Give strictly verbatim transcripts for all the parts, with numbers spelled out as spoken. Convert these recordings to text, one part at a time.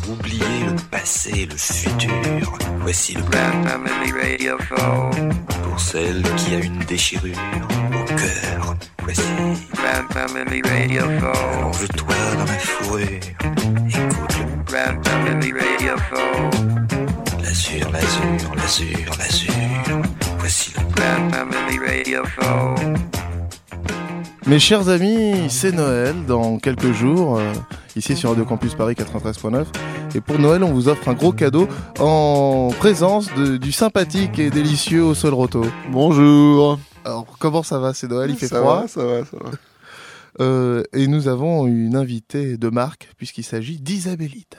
oublier le passé, le futur. Voici le Grand Family Radio Phone. Pour celle qui a une déchirure au cœur. Voici Grand Family Radio Phone. Allonge-toi dans ma fourrure. Écoute le Grand Family Radio Phone. L'azur, l'azur, l'azur, l'azur. Voici le Grand Family Radio Phone. Mes chers amis, c'est Noël dans quelques jours, euh, ici sur Radio Campus Paris quatre-vingt-treize neuf. Et pour Noël, on vous offre un gros cadeau en présence de, du sympathique et délicieux Au Sol Roto. Bonjour. Alors, comment ça va? C'est Noël, il fait ça froid. Va, ça va, ça va. Euh, et nous avons une invitée de marque, puisqu'il s'agit d'Isabelita.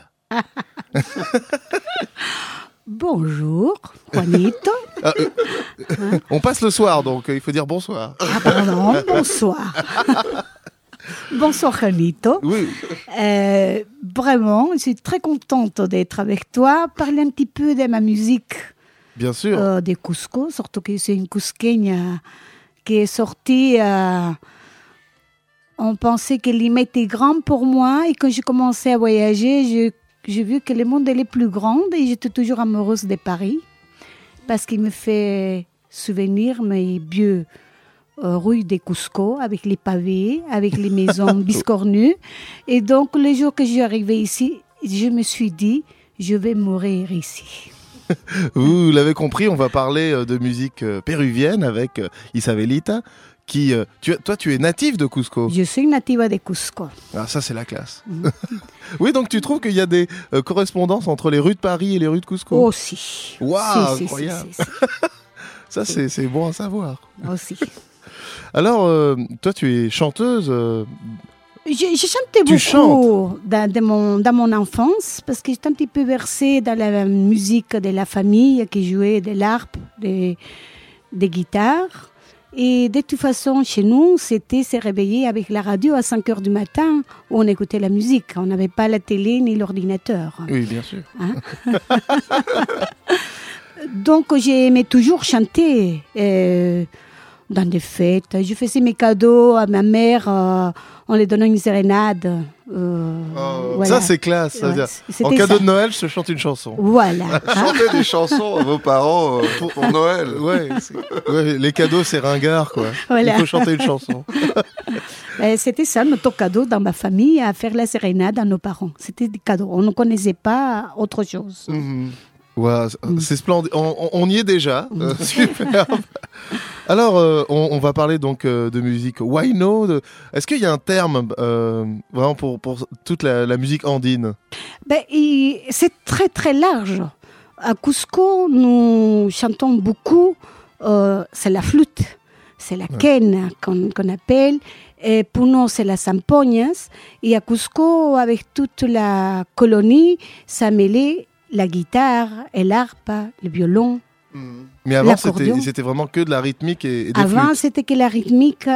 Bonjour, Juanito. Ah, euh, hein? On passe le soir, donc euh, il faut dire bonsoir. Ah pardon, bonsoir. Bonsoir, Juanito. Oui. Euh, vraiment, je suis très contente d'être avec toi. Parler un petit peu de ma musique. Bien sûr. Euh, de Cusco, surtout que c'est une Cusqueña qui est sortie. Euh, on pensait que Lima était grand pour moi. Et quand j'ai commencé à voyager, je J'ai vu que le monde est plus grand et j'étais toujours amoureuse de Paris parce qu'il me fait souvenir mes vieux euh, rues de Cusco avec les pavés, avec les maisons biscornues. Et donc, le jour que je suis arrivée ici, je me suis dit, je vais mourir ici. Vous l'avez compris, on va parler de musique péruvienne avec Isabelita. Qui, euh, tu, toi, tu es native de Cusco. Je suis native de Cusco. Ah, ça, c'est la classe. Mmh. Oui, donc tu trouves qu'il y a des euh, correspondances entre les rues de Paris et les rues de Cusco? Aussi. Waouh, si, incroyable. Si, si, si. Ça, c'est, c'est bon à savoir. Aussi. Alors, euh, toi, tu es chanteuse. Euh... Je, je chantais tu beaucoup dans, dans, mon, dans mon enfance parce que j'étais un petit peu versée dans la musique de la famille qui jouait de l'harpe, des, des guitares. Et de toute façon, chez nous, c'était se réveiller avec la radio à cinq heures du matin où on écoutait la musique. On n'avait pas la télé ni l'ordinateur. Oui, bien sûr. Hein? Donc, j'aimais toujours chanter euh, dans des fêtes. Je faisais mes cadeaux à ma mère euh, en lui donnant une sérénade. Euh, oh, voilà. Ça, c'est classe. Ouais, en cadeau ça. de Noël, je te chante une chanson. Voilà. Chantez des chansons à vos parents euh, pour, pour Noël. Ouais, ouais, les cadeaux, c'est ringard, quoi. Voilà. Il faut chanter une chanson. C'était ça, notre cadeau dans ma famille, à faire la sérénade à nos parents. C'était des cadeaux. On ne connaissait pas autre chose. Mm-hmm. Ouais, c'est splendide. On, on y est déjà. Euh, superbe. Alors, euh, on, on va parler donc euh, de musique huayno. De... Est-ce qu'il y a un terme euh, vraiment pour, pour toute la, la musique andine? Ben, il, c'est très très large. À Cusco, nous chantons beaucoup. Euh, c'est la flûte, c'est la quena ouais. qu'on, qu'on appelle. Et pour nous, c'est la zampoñas. Et à Cusco, avec toute la colonie, ça mêlait la guitare, et l'harpe, le violon. Mmh. Mais avant, c'était, c'était vraiment que de la rythmique et, et des Avant, flûtes. c'était que la rythmique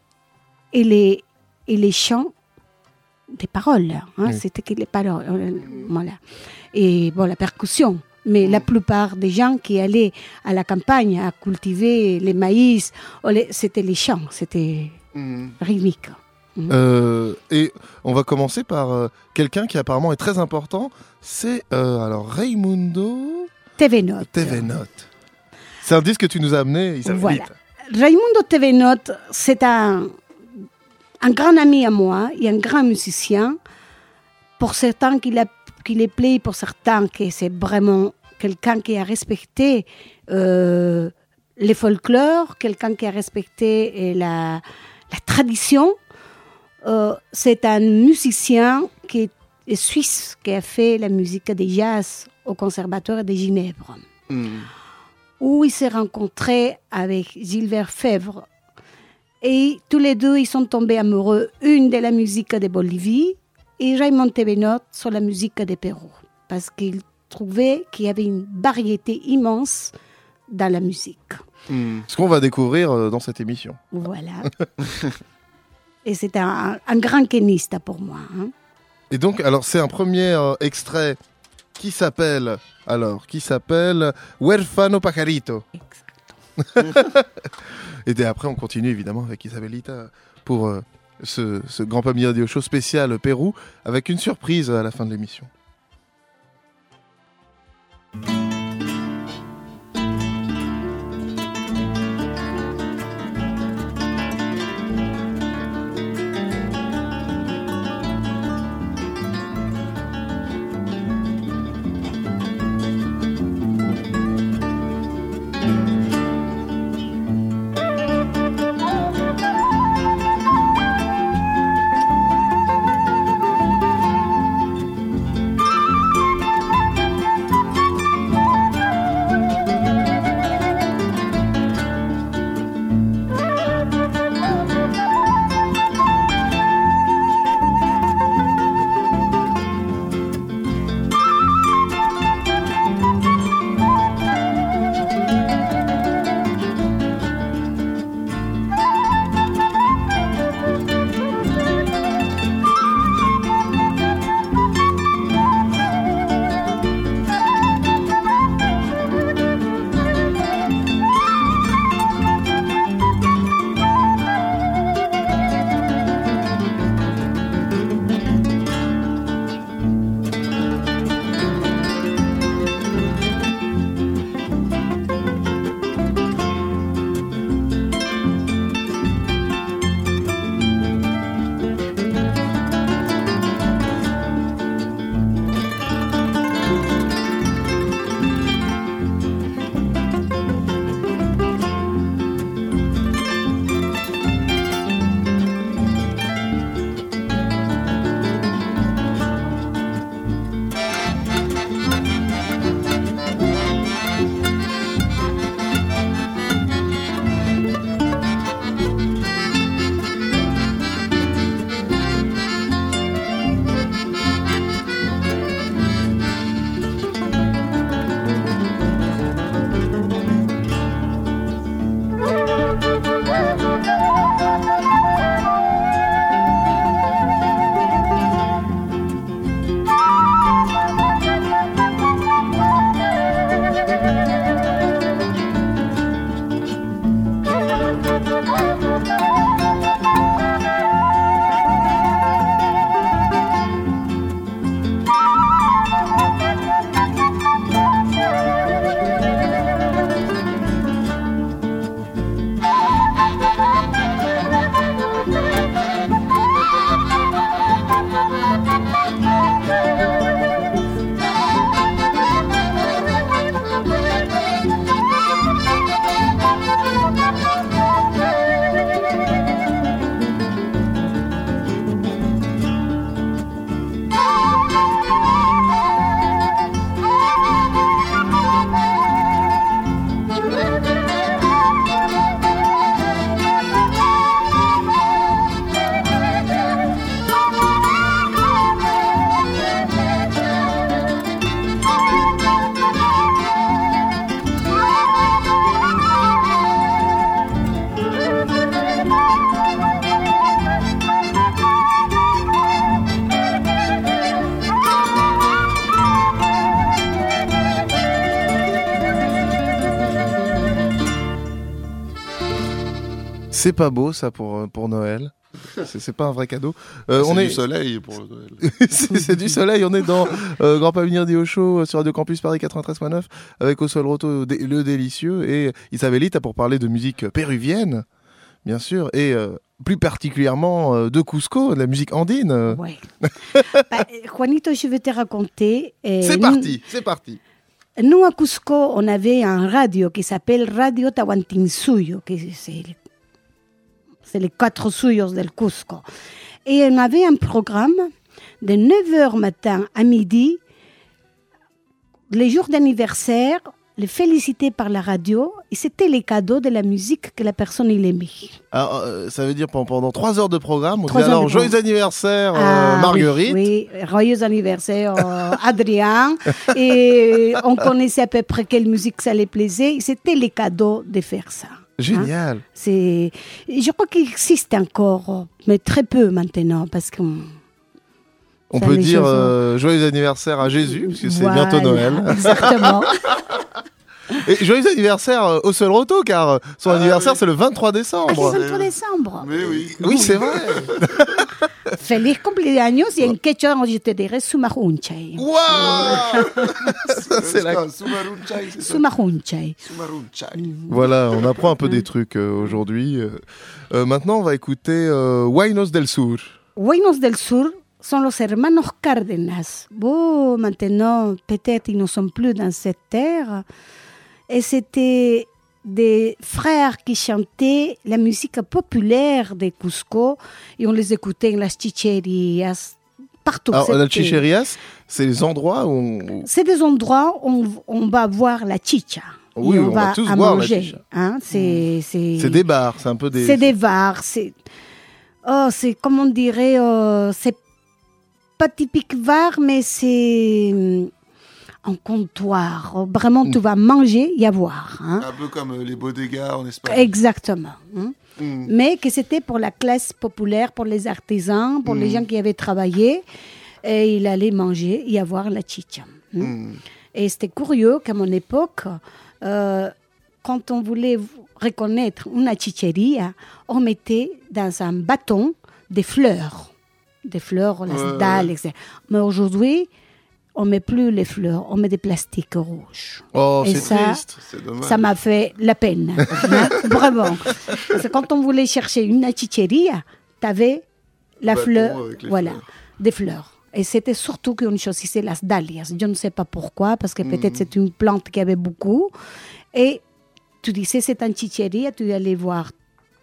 et les, et les chants des paroles. Hein, oui. C'était que les paroles. Voilà. Et bon, la percussion. Mais mmh. la plupart des gens qui allaient à la campagne à cultiver les maïs, c'était les chants, c'était mmh. rythmique. Mmh. Euh, et on va commencer par euh, quelqu'un qui apparemment est très important, c'est euh, alors Raimundo Tevenot. Tevenot. C'est un disque que tu nous as amené, Isabelita. Voilà. Raimundo Tevenot, c'est un, un grand ami à moi et un grand musicien. Pour certains qui l'a, qui les plaît, pour certains que c'est vraiment quelqu'un qui a respecté euh, les folklores, quelqu'un qui a respecté la, la tradition. Euh, c'est un musicien qui est suisse, qui a fait la musique de jazz au Conservatoire de Ginebra, mm. où il s'est rencontré avec Gilbert Febvre. Et tous les deux, ils sont tombés amoureux, une de la musique de Bolivie et Raymond Tevenot sur la musique de Pérou, parce qu'il trouvait qu'il y avait une variété immense dans la musique. Mm. Ce qu'on va découvrir dans cette émission. Voilà. Et c'est un, un grand queniste pour moi. Hein. Et donc, alors, c'est un premier euh, extrait qui s'appelle, alors, qui s'appelle Huérfano Pajarito. Exactement. Et après, on continue évidemment avec Isabelita pour euh, ce, ce Grand Family Radio Show spécial Pérou avec une surprise à la fin de l'émission. C'est pas beau ça pour pour Noël. C'est, c'est pas un vrai cadeau. Euh, c'est on du est soleil pour le Noël. c'est, c'est du soleil. On est dans euh, Grand Pavillon Dio Show sur Radio Campus Paris quatre-vingt-treize point neuf avec Oswald Roto le délicieux et Isabellita pour parler de musique péruvienne, bien sûr, et euh, plus particulièrement euh, de Cusco, de la musique andine. Ouais. Bah, Juanito, je vais te raconter. euh, C'est nous- parti, c'est parti. Nous, à Cusco, on avait un radio qui s'appelle Radio Tahuantinsuyo, qui c'est, c'est les quatre suyos del Cusco. Et on avait un programme de neuf heures matin à midi, les jours d'anniversaire, les féliciter par la radio, et c'était les cadeaux de la musique que la personne il aimait. Alors, euh, ça veut dire pendant, pendant trois heures de programme, on Trois dit heures alors de joyeux programme. anniversaire euh, Ah, Marguerite. Oui, oui, joyeux anniversaire euh, Adrien. Et on connaissait à peu près quelle musique ça les plaisait. C'était les cadeaux de faire ça. Génial. Hein. C'est, je crois qu'il existe encore, mais très peu maintenant, parce que On ça, peut les dire choses ont- euh, joyeux anniversaire à Jésus, parce que c'est Voilà, bientôt Noël. Exactement. Et joyeux anniversaire euh, au seul Roto, car euh, son Ah anniversaire oui. c'est le vingt-trois Ah, décembre. c'est le vingt-trois décembre. Mais oui. Oui, c'est vrai. Feliz cumpleaños y en quechua je te dirais Sumahunchay. Waouh. Ça, c'est la... Sumarunchai, c'est ça. Sumahunchay. Sumarunchai. Voilà, on apprend un peu des trucs euh, aujourd'hui. Euh, euh, maintenant, on va écouter euh, Huaynos del Sur. Huaynos del Sur sont los hermanos Cárdenas. Bon, maintenant, peut-être ils ne sont plus dans cette terre. Et c'était des frères qui chantaient la musique populaire de Cusco. Et on les écoutait dans las chicherias, partout. Alors, la C'était- chicherias, c'est les endroits où on... C'est des endroits où on, on va voir la chicha. Oui, Et on va tous à boire la manger, chicha. hein. C'est, c'est... c'est des bars, c'est un peu des... C'est des bars, c'est, oh, c'est comme on dirait, euh, c'est pas typique bar, mais c'est hum, un comptoir. Vraiment, tu vas manger et à boire. Hein. Un peu comme euh, les bodegas en Espagne. Exactement. Hein. Mm. Mais que c'était pour la classe populaire, pour les artisans, pour les gens qui avaient travaillé, et il allait manger et avoir la chicha. Hein. Mm. Et c'était curieux qu'à mon époque, euh, quand on voulait v- reconnaître une chicheria, on mettait dans un bâton des fleurs. Des fleurs, les Ouais, dalles, ouais. et cetera. Mais aujourd'hui, on met plus les fleurs, on met des plastiques rouges. Oh, Et c'est ça, triste. C'est dommage. Ça m'a fait la peine, hein, vraiment. Parce que quand on voulait chercher une chicheria, tu avais la Bâton fleur, avec les voilà, fleurs. des fleurs. Et c'était surtout qu'on choisissait las dahlias. Je ne sais pas pourquoi, parce que peut-être Mhm. c'est une plante qui avait beaucoup. Et tu disais, c'est un chicheria, tu allais voir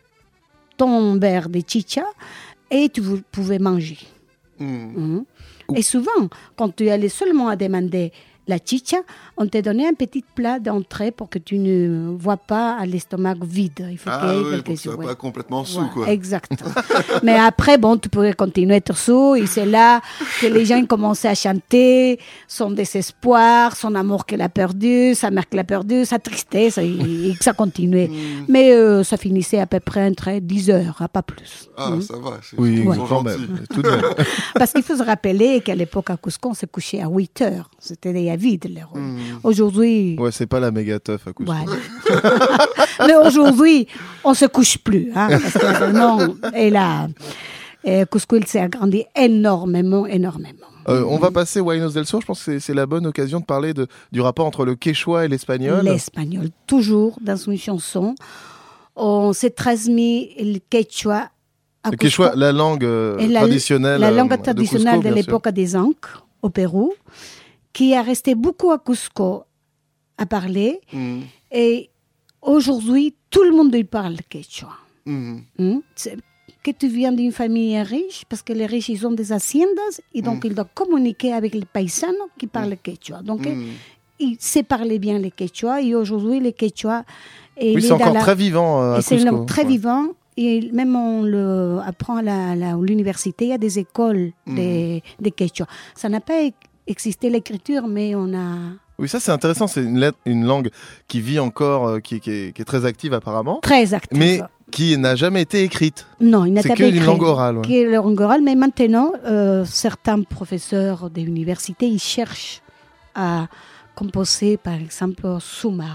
ton verre de chicha et tu vou- pouvais manger. Mm. Mhm. Et souvent, quand tu allais seulement à demander la chicha, on te donnait un petit plat d'entrée pour que tu ne vois pas à l'estomac vide. Il faut Ah qu'il y ait oui, quelque pour que ça chose. soit ouais. pas complètement sous, Ouais, quoi. Exact. Mais après, bon, tu pourrais continuer à être sous, et c'est là que les gens commençaient à chanter son désespoir, son amour qu'elle a perdu, sa mère qu'elle a perdu, sa tristesse, et, et que ça continuait. Mais euh, ça finissait à peu près entre dix heures, hein, pas plus. Ah, Mhm. ça va. c'est- Oui, ils sont quand gentils. même. Tout de même. Parce qu'il faut se rappeler qu'à l'époque, à Cusco, on se couchait à huit heures. C'était déjà vide, les rues. Mm. Aujourd'hui, Ouais, c'est pas la méga teuf à Cusco. voilà. Mais aujourd'hui, on se couche plus, hein, parce que vraiment, et là, et Cusco, il s'est agrandi énormément, énormément. Euh, on va passer Huaynos del Sur. Je pense que c'est, c'est la bonne occasion de parler de, du rapport entre le quechua et l'espagnol. L'espagnol, toujours dans une chanson, on s'est transmis le quechua à Le Cusco. quechua, la langue euh, Et la, traditionnelle. la langue euh, de traditionnelle Cusco, de bien l'époque des Incas, au Pérou, qui a resté beaucoup à Cusco à parler. Mm. Et aujourd'hui, tout le monde y parle quechua. Mm. Hmm? C'est- Que tu viens d'une famille riche, parce que les riches, ils ont des haciendas, et donc ils doivent communiquer avec les paysanos qui parlent quechua. Donc, Mm. ils sait parler bien le quechua, et aujourd'hui, le quechua est Oui, né c'est dans encore la- très vivant euh, à et c'est une Cusco. langue très Ouais. vivant. Et même on le apprend à, la- à la- à l'université, il y a des écoles de, de quechua. Ça n'a pas e- existé l'écriture, mais on a... Oui, ça c'est intéressant. C'est une, lettre- une langue qui vit encore, euh, qui, qui est, qui est très active apparemment, Très actif. mais qui n'a jamais été écrite. Non, il n'a C'est pas que une écrit. langue orale. ouais. Qui est la langue orale, mais maintenant, euh, certains professeurs d'université, ils cherchent à composer, par exemple, Sumar.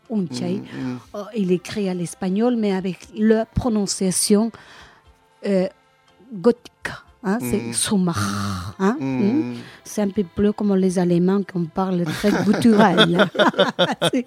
Unchay. Mm, mm. Oh, il écrit à l'espagnol, mais avec la prononciation euh, gothique. Hein, Mm. C'est Sumach. Hein, Mm. mm. C'est un peu plus comme les Allemands qu'on parle très guttural. C'est-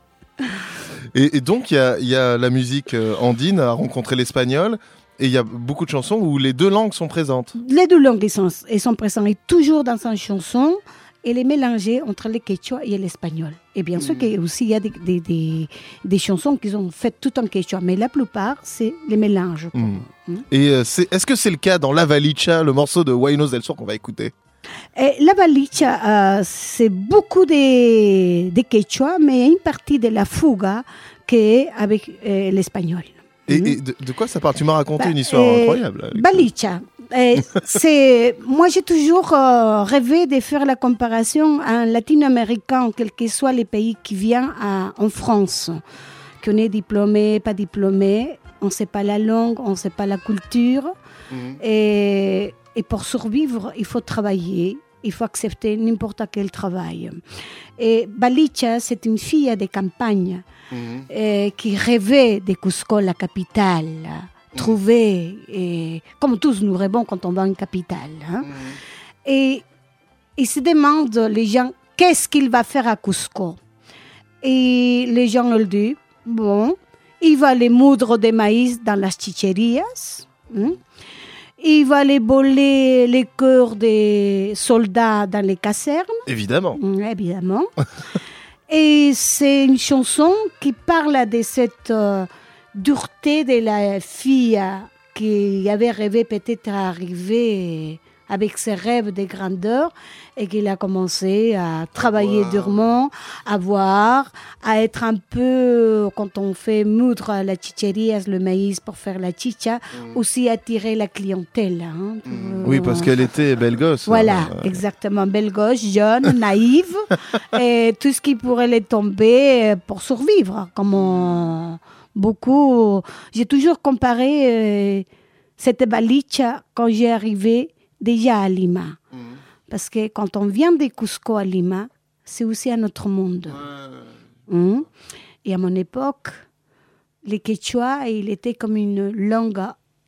Et, et donc, il y a, il y a la musique euh, andine a rencontré l'espagnol, et il y a beaucoup de chansons où les deux langues sont présentes. Les deux langues ils sont, ils sont présents et toujours dans une chanson et les mélanger entre le quechua et l'espagnol. Et bien sûr qu'il y a aussi il y a des, des, des, des chansons qui sont faites tout en quechua, mais la plupart, c'est les mélanges. quoi. Mm. Mm. Et euh, c'est, est-ce que c'est le cas dans La Valicha, le morceau de Huaynos del Sur qu'on va écouter? Et la valicha, euh, c'est beaucoup de, de quechua, mais une partie de la fuga qui est avec euh, l'espagnol. Et, Mm. et de, de quoi ça parle? Tu m'as raconté Bah, une histoire euh, incroyable. avec- Balicha. Euh, c'est, moi, j'ai toujours euh, rêvé de faire la comparaison à un latino-américain, quels que soient les pays qui viennent à- en France, qu'on est diplômé, pas diplômé, on ne sait pas la langue, on ne sait pas la culture. Mm. Et, et pour survivre, il faut travailler, il faut accepter n'importe quel travail. Et Balicha, c'est une fille de campagne Mm. euh, qui rêvait de Cusco, la capitale, trouver, et, comme tous nous rêvons quand on va en capitale. Hein. Mm. Et ils se demandent, les gens, qu'est-ce qu'il va faire à Cusco? Et les gens le disent, bon, il va aller moudre des maïs dans las chicherias, hein. Il va aller voler les cœurs des soldats dans les casernes. Évidemment. Mm, évidemment. Et c'est une chanson qui parle de cette euh, dureté de la fille euh, qui avait rêvé peut-être à arriver avec ses rêves de grandeur et qu'il a commencé à travailler Wow. durement, à voir, à être un peu, quand on fait moudre à la chicheria, le maïs pour faire la chicha, Mm. aussi attirer la clientèle. Hein. Mm. Oui, parce qu'elle était belle gosse. Voilà, Euh, exactement. Belle gauche, jeune, naïve, et tout ce qui pourrait les tomber pour survivre. Comme on- beaucoup. J'ai toujours comparé euh, cette balicha quand j'ai arrivé déjà à Lima. Mm. Parce que quand on vient de Cusco à Lima, c'est aussi un autre monde. Ouais. Hum. Et à mon époque, le quechua, il était comme une langue,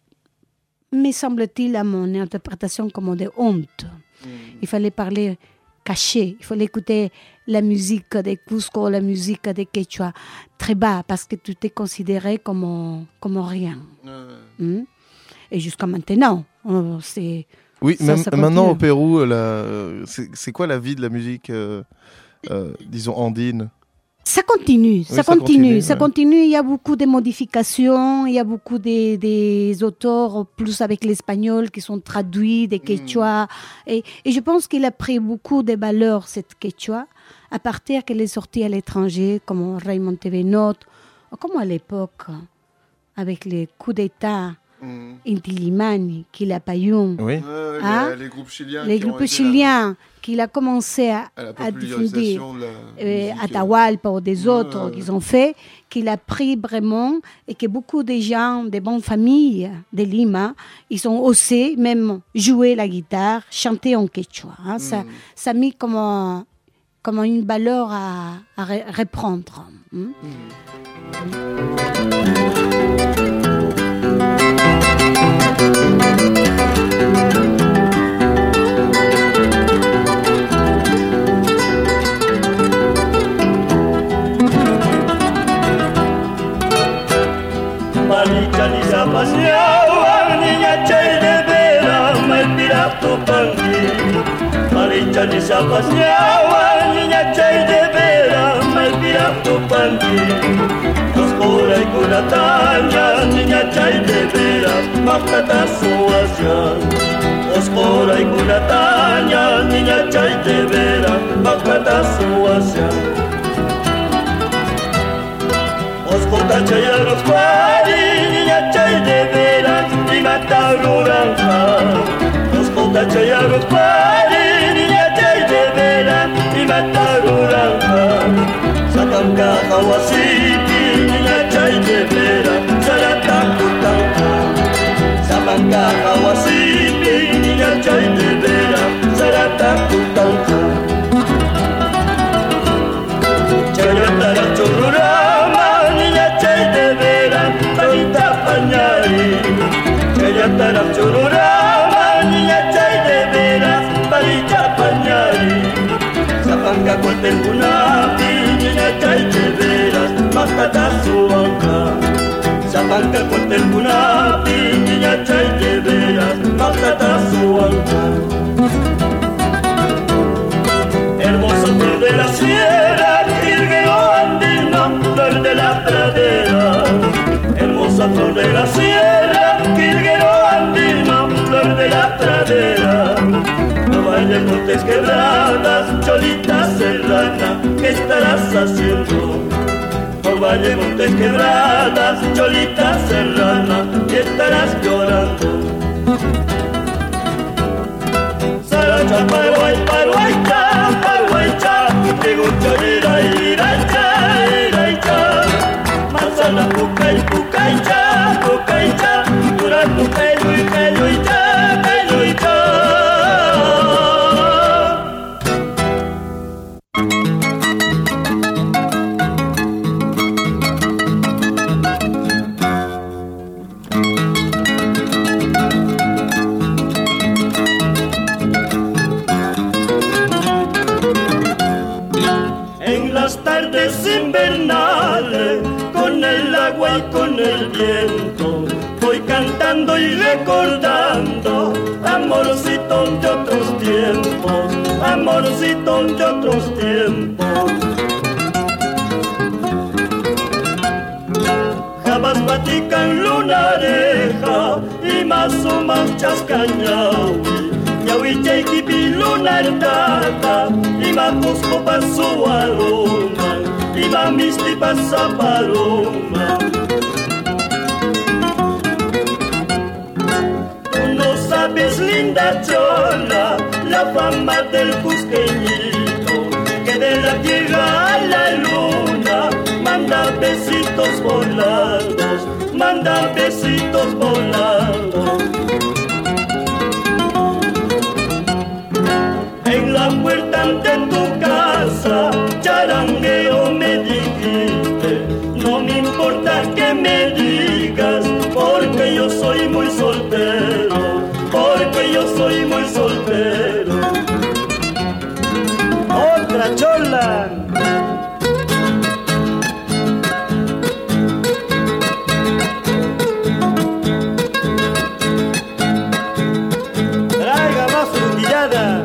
me semble-t-il, à mon interprétation, comme de honte. Mm. Il fallait parler caché, il fallait écouter la musique de Cusco, la musique de quechua très bas, parce que tu t'es considéré comme, comme rien. Ouais. Hum. Et jusqu'à maintenant, euh, c'est... Oui, Ça, même ça maintenant continue. au Pérou, la, euh, c'est, c'est quoi la vie de la musique, euh, euh, disons, andine? Ça continue, ça, ça continue, continue, ça ouais. continue. Il y a beaucoup de modifications, il y a beaucoup des des auteurs plus avec l'espagnol qui sont traduits, des quechua. Et, et je pense qu'il a pris beaucoup de valeur, cette quechua, à partir qu'elle est sortie à l'étranger, comme Raymond Tevenot, comme à l'époque, avec les coups d'État, Mm. Inti Illimani, Quila Payún, Oui. Ouais, ouais, Hein? les, les groupes chiliens. les qui ont groupes aidé chiliens, qu'il a commencé à, À, à la à diffuser. popularisation de la Euh, musique, Atahualpa ou des Ouais, autres ouais. qu'ils ont fait, qu'il a pris vraiment et que beaucoup de gens, des bonnes familles de Lima, ils ont osé même jouer la guitare, chanter en quechua. Hein. Ça, Mm. ça a mis comme, un- comme une valeur à, à re- reprendre. hein. Balicha ni zapaseaba, niña chay de vera, me tira tu panqui. Balicha ni zapaseaba, niña chay de vera, me tira tu panqui. Oscura y curataña, niña chay de vera, macata su asia. Oscura y curataña, niña chay de vera, macata su asia. Oscota chaya los cuari, niña chay de veras, y mata uranja. Oscota chaya los cuari, niña chay de veras, y mata uranja. Sacan caja wasiti, niña chay de veras, sarata kutanka. Sacan caja wasiti, niña chay de veras, sarata kutanka. Chayatara churura. Sapanga kotelkunapi niña chayche veras makata suwanka. Sapanga kotelkunapi niña chayche veras makata suwanka. Hermosa flor de la sierra, jilguero andino, flor de la pradera. Hermosa flor de la sierra, jilguero andino, flor de la pradera. No vayas montes quebradas, cholita serrana, ¿qué estarás haciendo? No vayas montes quebradas, cholita serrana, ¿qué estarás llorando? Saracha, paruay, paruaycha, paruaycha, digo cholira, iraicha, iraicha. Manzana, pucay, pucaycha, pucaycha, durando, cayuy, cayuycha, cayuycha. Invernales, con el agua y con el viento, voy cantando y recordando amorcito de otros tiempos, amorcito de otros tiempos. Jabas platican lunareja y más o más chascañaui. Yaui chaikipi lunar tata, iba cusco paso aroma, iba misti pasa paloma. Tú no sabes, linda chola, la fama del cusqueñito, que de la tierra a la luna manda besitos volados, manda besitos volados. En la puerta de tu casa, charangueo me dijiste, no me importa que me digas, porque yo soy muy soltero, porque yo soy muy soltero. Otra chola. Traiga más frutillada.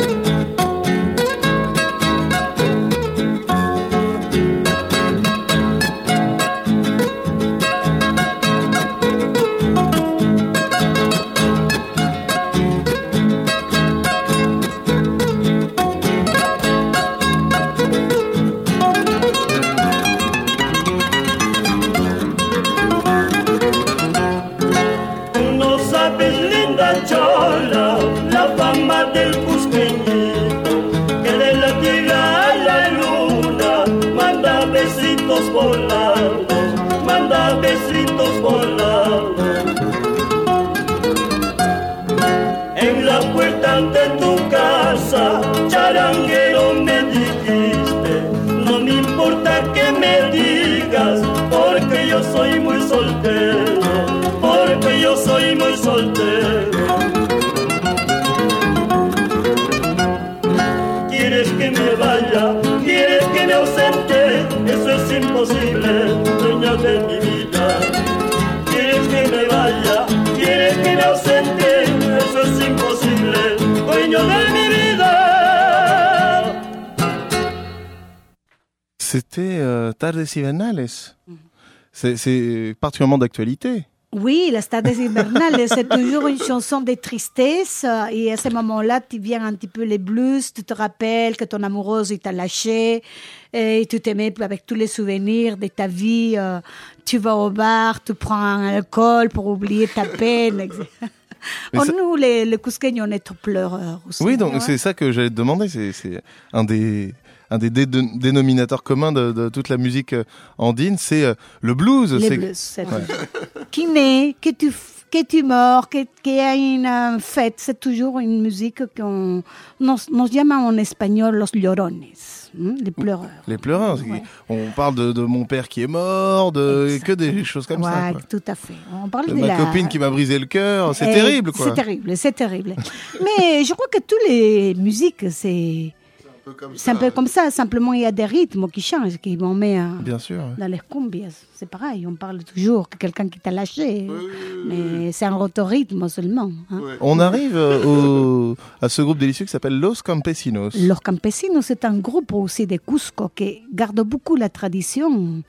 Chola, la fama del cusqueñito, que de la tierra a la luna manda besitos volados, manda besitos volados. En la puerta de tu casa, charanguero me dijiste, no me importa que me digas, porque yo soy muy soltero, porque yo soy muy soltero. ¿Quieres que me vaya? ¿Quieres que me ausente? Eso es imposible, dueña de mi vida. ¿Quieres que me vaya? ¿Quieres que me ausente? Eso es imposible, dueño de mi vida. C'était euh, Tardes Invernales. C'est, c'est particulièrement d'actualité. Oui, les Tardes Invernales, c'est toujours une chanson de tristesse. Et à ce moment-là, tu viens un petit peu les blues. Tu te rappelles que ton amoureuse il t'a lâché. Et tu t'aimais avec tous les souvenirs de ta vie. Euh, tu vas au bar, tu prends un alcool pour oublier ta peine. Oh, ça... Nous, les, les Cusqueños, on est trop pleureurs aussi. Oui, donc ouais. C'est ça que j'allais te demander. C'est, c'est un des... un des dé- dénominateurs communs de, de toute la musique andine, c'est euh, le blues. Le c'est... blues, c'est ouais. Qui naît, que tu, que tu meurs, qu'il y a une uh, fête, c'est toujours une musique qu'on nos, nos llama en espagnol los llorones, hein, les pleureurs. Les pleureurs. Ouais. On parle de, de mon père qui est mort, de exact. Que des choses comme ouais, ça. Quoi. Tout à fait. On parle de, de ma la... copine qui m'a brisé le cœur, c'est Et terrible, quoi. C'est terrible, c'est terrible. Mais je crois que toutes les musiques, c'est peu comme C'est un ça. peu comme ça, simplement il y a des rythmes qui changent, qui vont mettre euh, Bien sûr. ouais. dans les cumbias. C'est pareil, on parle toujours que quelqu'un qui t'a lâché, Oui, oui, oui, mais c'est un autorhythme seulement. Hein. oui. On arrive euh, au, à ce groupe délicieux qui s'appelle Los Campesinos. Los Campesinos, c'est un groupe aussi de Cusco qui garde beaucoup la tradition.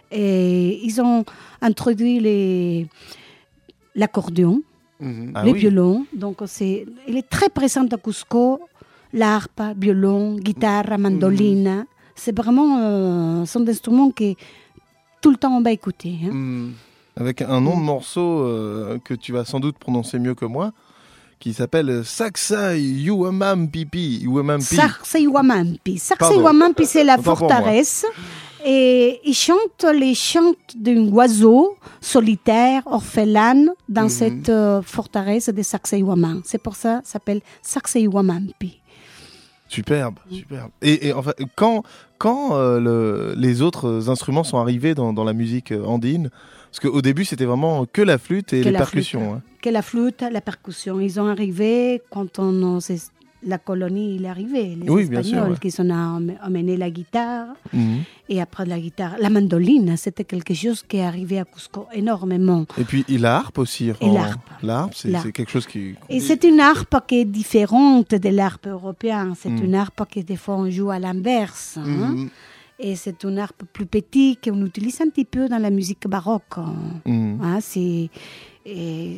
Et ils ont introduit les, l'accordéon, Mhm. Ah les oui. violons. Donc, c'est, il est très présent à Cusco. L'harpe, violon, guitare, mandoline. C'est vraiment euh, sont des instruments que tout le temps on va écouter. Hein. Mhm. Avec un nom de morceau euh, que tu vas sans doute prononcer mieux que moi, qui s'appelle Saksai Yuamam Pipi. Yuamam Pi. Sacsayhuamampi. Pardon. Sacsayhuamampi, c'est la Autant pour forteresse. Et ils chantent les chants d'un oiseau solitaire, orphelin, dans Mhm. cette euh, forteresse de Sacsayhuamam. C'est pour ça que ça s'appelle Sacsayhuamampi. Superbe, superbe. Et, et enfin, quand, quand euh, le- les autres instruments sont arrivés dans, dans la musique euh, andine, parce qu'au début c'était vraiment que la flûte et Que les la percussions. flûte. hein. Que la flûte, la percussion. Ils ont arrivé quand on, c'est- la colonie il est arrivée. Les Oui, bien sûr, Espagnols ouais. qui ont am- amené la guitare. Mhm. Et après la guitare, la mandoline, c'était quelque chose qui est arrivé à Cusco énormément. Et puis et la harpe aussi. Et en- l'harpe. La harpe, c'est L'harpe. c'est quelque chose qui. Et c'est une harpe qui est différente de l'harpe européenne. C'est Mm. une harpe qui, des fois, on joue à l'inverse. hein. Mhm. Et c'est une harpe plus petite qu'on utilise un petit peu dans la musique baroque. hein. Mhm. Hein, c'est, et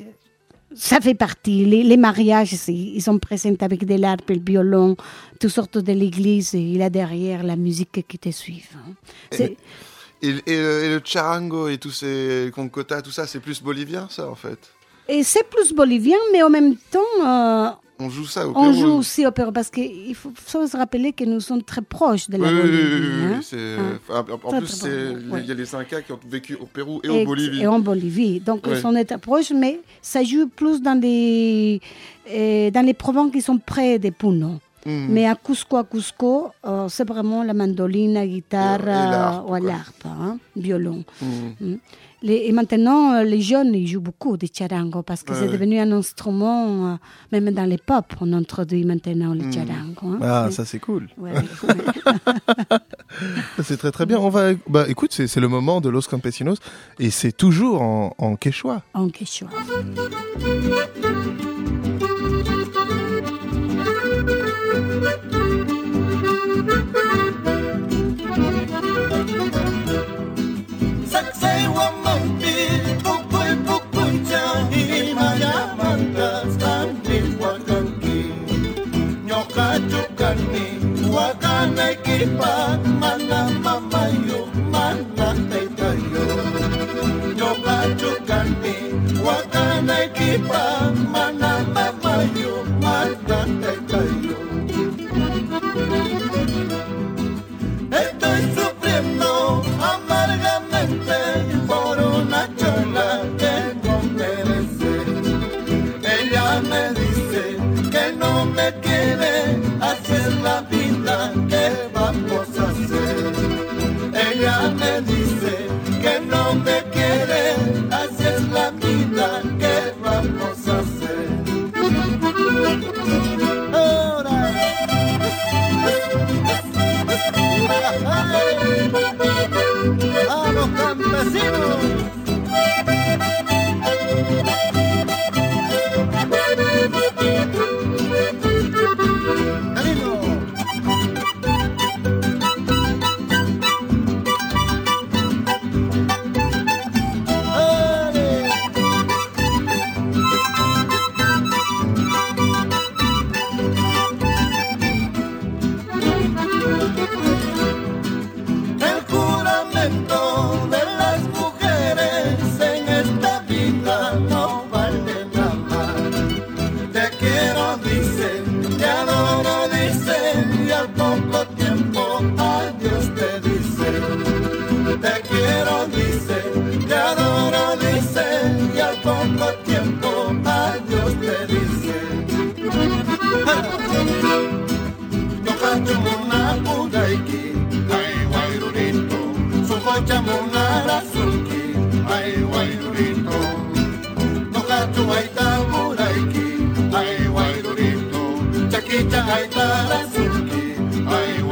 ça fait partie. Les, les mariages, c'est- ils sont présents avec de l'harpe et le violon. Toutes sortes de l'église, et il y a derrière la musique qui te suit. hein. C'est- Et, et le, et le charango et tous ces concota, tout ça, c'est plus bolivien, ça, en fait. Et c'est plus bolivien, mais en même temps, euh, On joue ça au on Pérou. joue aussi au Pérou parce qu'il faut, faut se rappeler que nous sommes très proches de la Oui, oui, oui, Bolivie. oui, oui, hein. c'est- Hein. enfin, en en Très, plus, très c'est- bon, il ouais. y a les Incas qui ont vécu au Pérou et, Et, au Bolivie. et en Bolivie. Donc, Ouais. on est très proches, mais ça joue plus dans les, euh, dans les provinces qui sont près de Puno. Mhm. Mais à Cusco, à Cusco, euh, c'est vraiment la mandoline, la guitare Et- et l'harpe, euh, ou quoi. l'harpe, hein, violon. Mhm. Mm. Les- et maintenant, euh, les jeunes, ils jouent beaucoup de charango parce que Ouais, c'est ouais. devenu un instrument, euh, même dans les pop, on introduit maintenant le Mm. charango. hein. Ah, Ouais. ça c'est cool. Ouais, ouais. Ça, c'est très très bien. On va, bah, écoute, c'est c'est le moment de Los Campesinos et c'est toujours en, en quechua. En quechua. Saksay wamampi, pukoy pukoy tiyahi, mayamantas tanli wakanki. Nyoka chukani, wakanay kipa, mana mamayo, mana taytayo. Nyoka chukani, wakanay kipa, mana mamayo, mana taytayo. Estoy sufriendo amargamente por una chola que no merece. Ella me dice que no me quiere, así es la vida que vamos a hacer. Ella me dice que no me quiere, así es la vida que vamos a hacer. Ahora. ¡A los campesinos! ¡Ánimo! ¡Ale! El juramento de las mujeres en esta vida no vale nada. Te quiero, dice, te adoro, dice, y al poco tiempo adiós te dice. Te quiero, dice, te adoro, dice, y al poco tiempo adiós te dice. No cacho una pudaiki, ay guairurito, su cocha monara sulki, ay guairurito. No cacho aita puraiki, ay guairurito, chaquicha aita la sulki, ay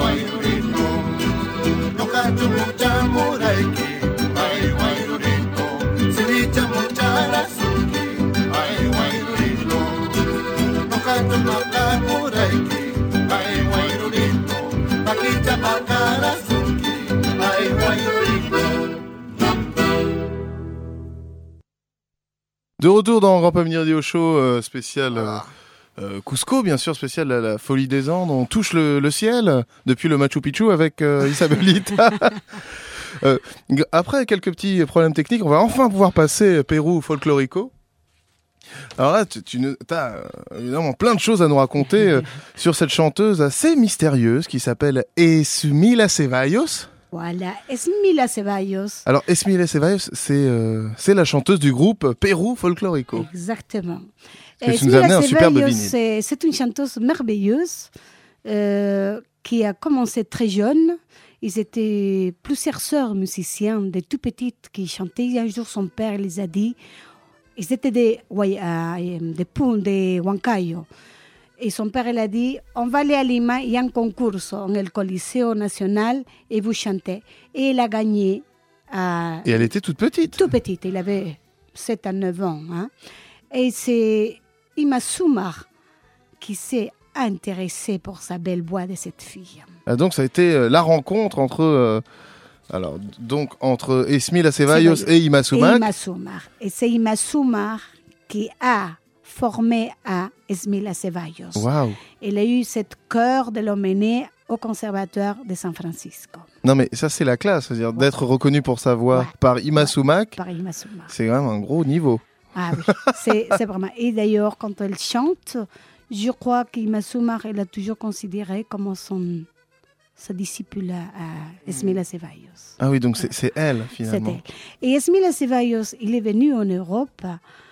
De retour dans Grand Pamini Radio Show euh, spécial euh, euh, Cusco, bien sûr, spécial la, la Folie des Andes. On touche le, le ciel depuis le Machu Picchu avec euh, Isabelita. euh, après quelques petits problèmes techniques, on va enfin pouvoir passer Pérou Folklorico. Alors là, tu, tu as euh, évidemment plein de choses à nous raconter euh, sur cette chanteuse assez mystérieuse qui s'appelle Esmila Ceballos. Voilà, Esmila Ceballos. Alors, Esmila Ceballos, c'est euh, c'est la chanteuse du groupe Pérou Folklorico. Exactement. Parce que tu nous as amené un superbe vinyle. C'est, c'est une chanteuse merveilleuse euh, qui a commencé très jeune. Ils étaient plusieurs sœurs musiciennes, des tout petites, qui chantaient. Un jour, son père les a dit, ils étaient des, ouais, euh, des Pun, des Huancayo. Et son père, il a dit, on va aller à Lima, il y a un concours en el Coliseo Nacional et vous chantez. Et elle a gagné. Euh, et elle était toute petite. Toute petite, il avait sept à neuf ans. Hein. Et c'est Ima Sumar qui s'est intéressé pour sa belle voix de cette fille. Ah, donc ça a été euh, la rencontre entre, euh, alors, donc, entre Esmila Ceballos et Ima Sumar. Et Ima Sumar. Et c'est Ima Sumar qui a formé à Esmila Ceballos. Wow. Elle a eu cette cœur de l'emmener au conservatoire de San Francisco. Non mais ça c'est la classe, c'est-à-dire ouais. d'être reconnu pour sa voix ouais. par Ima ouais. Sumac. Par Ima Sumac. C'est quand même un gros niveau. Ah oui, c'est, c'est vraiment. Et d'ailleurs, quand elle chante, je crois qu'Ima Sumac, elle a toujours considéré comme son sa discipule à Esmila Ceballos. Ah oui, donc c'est, c'est elle finalement. C'est elle. Et Esmila Ceballos, il est venu en Europe,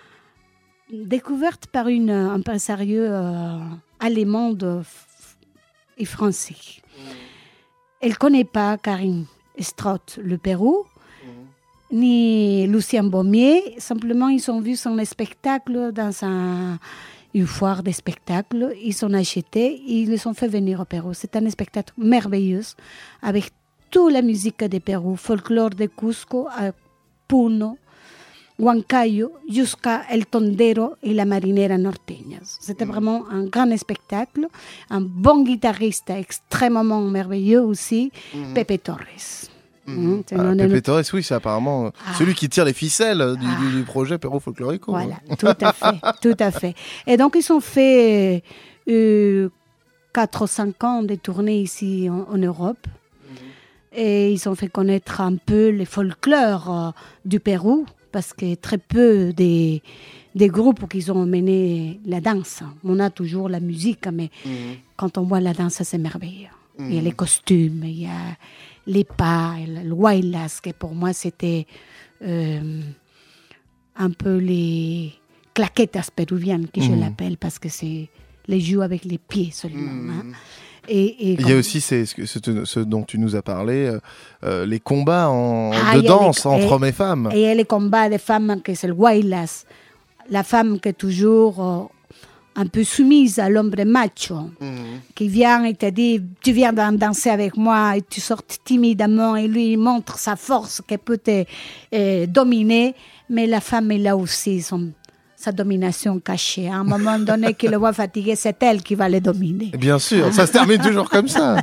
découverte par une impresario euh, allemande et français. Mmh. Elle ne connaît pas Karine Strott, le Pérou, mmh. ni Lucien Baumier. Simplement, ils ont vu son spectacle dans un, une foire de spectacles. Ils ont acheté et ils les ont fait venir au Pérou. C'est un spectacle merveilleux avec toute la musique du Pérou, folklore de Cusco, à Puno, Huancayo, jusqu'à El Tondero et la Marinera Norteña. C'était mmh. vraiment un grand spectacle, un bon guitariste extrêmement merveilleux aussi, mmh. Pepe Torres. Mmh. Mmh. Ah, Pepe le... Torres, oui, c'est apparemment ah. celui qui tire les ficelles du, ah. du projet Pérou Folklorico. Voilà, tout à fait, tout à fait. Et donc, ils ont fait euh, quatre ou cinq ans de tournées ici en, en Europe. Mmh. Et ils ont fait connaître un peu les folklores euh, du Pérou, parce que très peu des, des groupes qui ont mené la danse. On a toujours la musique, mais mmh. quand on voit la danse, c'est merveilleux. Mmh. Il y a les costumes, il y a les pas, le huaylas, que pour moi, c'était euh, un peu les claquetas péruviennes, que mmh. je l'appelle, parce que c'est les jeux avec les pieds seulement. Mmh. Hein. Et, et il y a aussi c'est, ce, ce, ce dont tu nous as parlé, euh, euh, les combats en, ah, de danse les, entre et, hommes et femmes. Et il y a les combats des femmes, que c'est le huaylas. La femme qui est toujours euh, un peu soumise à l'homme macho, mm-hmm. qui vient et te dit, tu viens danser avec moi, et tu sors timidement, et lui il montre sa force qui peut te euh, dominer, mais la femme est là aussi, son sa domination cachée. À un moment donné qu'il le voit fatigué, c'est elle qui va le dominer. Bien sûr, ça se termine toujours comme ça.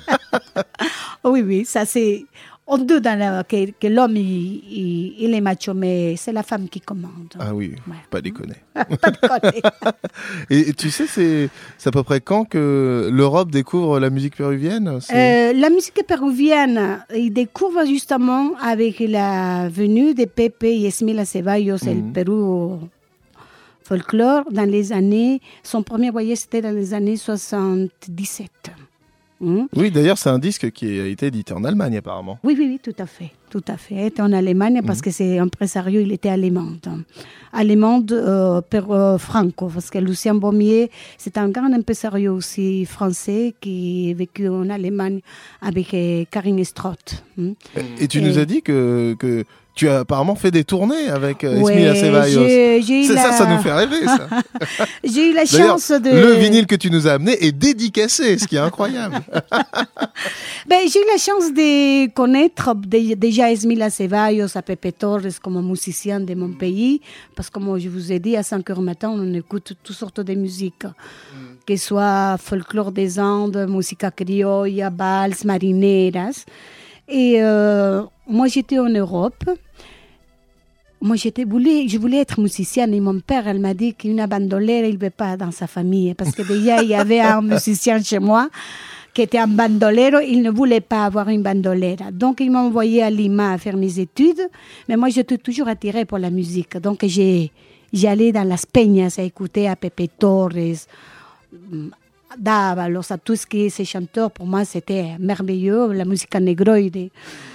Oui, oui, ça c'est... On dit dans la... que, que l'homme, il, il, il est macho, mais c'est la femme qui commande. Ah oui, ouais. Pas déconner. Pas déconner. et, et tu sais, c'est, c'est à peu près quand que l'Europe découvre la musique péruvienne euh, La musique péruvienne, il découvre justement avec la venue de Pepe et Esmila Ceballos, mm-hmm. et le Pérou... folklore dans les années, son premier voyage c'était dans les années soixante-dix-sept. Mmh. Oui, d'ailleurs c'est un disque qui a été édité en Allemagne apparemment. Oui, oui, oui, tout à fait, tout à fait. Il était en Allemagne parce mmh. que c'est impresario, il était allemand. Allemand euh, per, euh, franco, parce que Lucien Baumier, c'est un grand impresario aussi français qui a vécu en Allemagne avec euh, Karine Strott. Mmh. Et, et tu Et... nous as dit que... que... Tu as apparemment fait des tournées avec euh, ouais, Esmila Ceballos. J'ai, j'ai c'est la... ça, ça nous fait rêver, ça. J'ai eu la chance de... Le vinyle que tu nous as amené est dédicacé, ce qui est incroyable. Ben, j'ai eu la chance de connaître de, déjà Esmila Ceballos, à Pepe Torres comme musicien de mon pays, parce que comme je vous ai dit, à cinq heures matin, on écoute toutes sortes de musiques. Mm. que ce soit folklore des Andes, musica criolla, valses, marineras. Et euh, moi, j'étais en Europe. Moi, j'étais, voulais, je voulais être musicienne et mon père, elle m'a dit qu'une bandolera, il ne veut pas dans sa famille. Parce que déjà, il y avait un musicien chez moi qui était un bandolero. Il ne voulait pas avoir une bandolera. Donc, il m'a envoyé à Lima à faire mes études. Mais moi, j'étais toujours attirée pour la musique. Donc, j'ai, j'allais dans las peñas à écouter à Pepe Torres, Dávalos, à tout ce qui est ces chanteurs. Pour moi, c'était merveilleux, la musique negroide.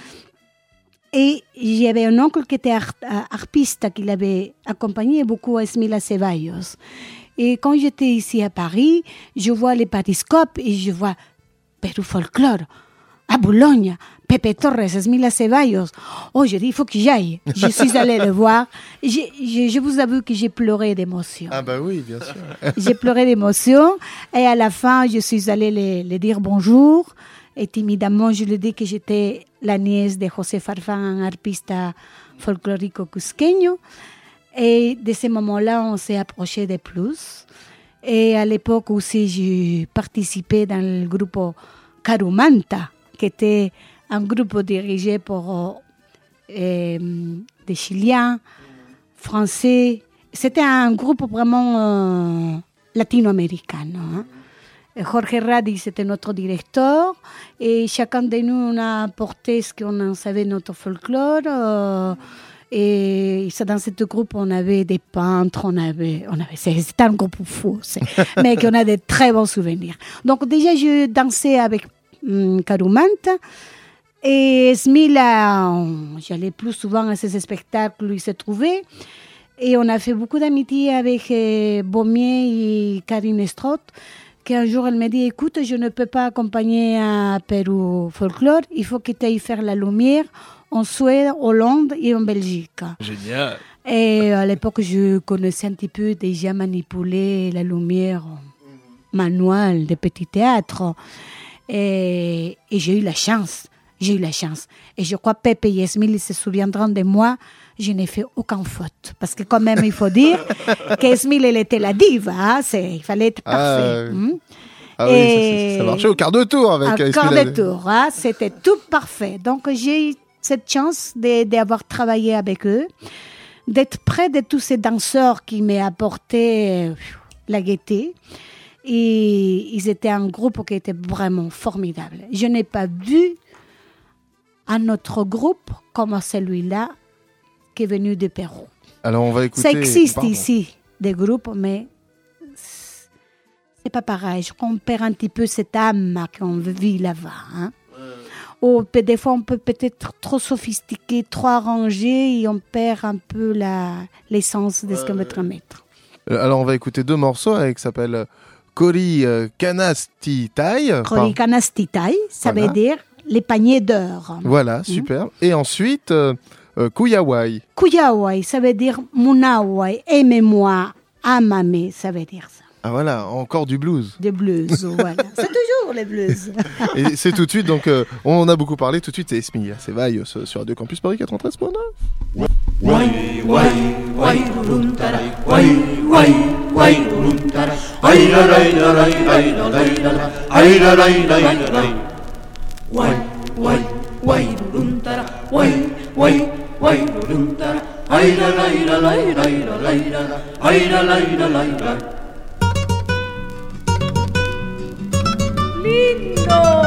Et j'avais un oncle qui était art- harpiste, qui l'avait accompagné beaucoup à Esmila Ceballos. Et quand j'étais ici à Paris, je vois les pariscopes et je vois Pérou Folklore, à Boulogne, Pepe Torres, Esmila Ceballos. Oh, je dis, il faut que j'aille. Je suis allée le voir. Je, je, je vous avoue que j'ai pleuré d'émotion. Ah bah oui, bien sûr. J'ai pleuré d'émotion. Et à la fin, je suis allée les, les dire bonjour. Et timidement, je lui ai dit que j'étais la nièce de José Farfán, un arpista folklorico cusqueño. Et de ce moment-là, on s'est approché de plus. Et à l'époque aussi, j'ai participé dans le groupe Carumanta, qui était un groupe dirigé par euh, des Chiliens, Français. C'était un groupe vraiment euh, latino-américain. Hein. Jorge Radi, c'était notre directeur, et chacun de nous, on a apporté ce qu'on savait notre folklore. Euh, et dans ce groupe, on avait des peintres, on avait, on avait, c'était un groupe fou, mais qu'on a de très bons souvenirs. Donc déjà, je dansais avec um, Carumanta, et Esmila, j'allais plus souvent à ces spectacles où il se trouvait. Et on a fait beaucoup d'amitié avec euh, Baumier et Karine Strott, qu'un jour elle m'a dit, écoute, je ne peux pas accompagner à Pérou Folklore, il faut que tu ailles faire la lumière en Suède, Hollande et en Belgique. Génial. Et à l'époque, je connaissais un petit peu déjà manipuler la lumière manuelle des petits théâtres. Et, et j'ai eu la chance, j'ai eu la chance. Et je crois que Pepe et Esmil se souviendront de moi. Je n'ai fait aucune faute. Parce que quand même, il faut dire qu'Esmil, elle était la diva. Hein, c'est, il fallait être parfait. Ah, mmh. ah oui, ça, ça marchait au quart de tour avec Au Esmil. quart de tour, hein, c'était tout parfait. Donc, j'ai eu cette chance de, d'avoir travaillé avec eux, d'être près de tous ces danseurs qui m'ont apporté euh, la gaieté. Et ils étaient un groupe qui était vraiment formidable. Je n'ai pas vu un autre groupe comme celui-là qui est venu de Pérou. Alors on va écouter. Ça existe Pardon. ici, des groupes, mais c'est pas pareil. On perd un petit peu cette âme qu'on vit là-bas. Hein. Ou des fois, on peut peut-être trop sophistiquer, trop arranger et on perd un peu la, l'essence de ce qu'on veut transmettre. Alors on va écouter deux morceaux avec qui s'appelle Kori euh, Kanastitai. Kori Kanastitai, ça Voilà. veut dire les paniers d'or. Voilà, super. Et ensuite euh, euh, Kuyawai. Kuyawai, ça veut dire Munawai, aimez-moi, amame, ça veut dire ça. Ah voilà, encore du blues. Des blues, voilà. C'est toujours les blues. Et c'est tout de suite, donc euh, on en a beaucoup parlé, tout de suite c'est Esmilla, c'est Vaille euh, sur Radio Campus Paris quatre-vingt-treize point neuf. Wai, wai, wai, ruruntara, wai, wai, wai, ruruntara, ai la la la la la la la, ai la la la la la. Wai, wai, wai, ruruntara, wai, wai, wai, ruruntara, ai la la la la la la la, ai la la la la la. Lindo.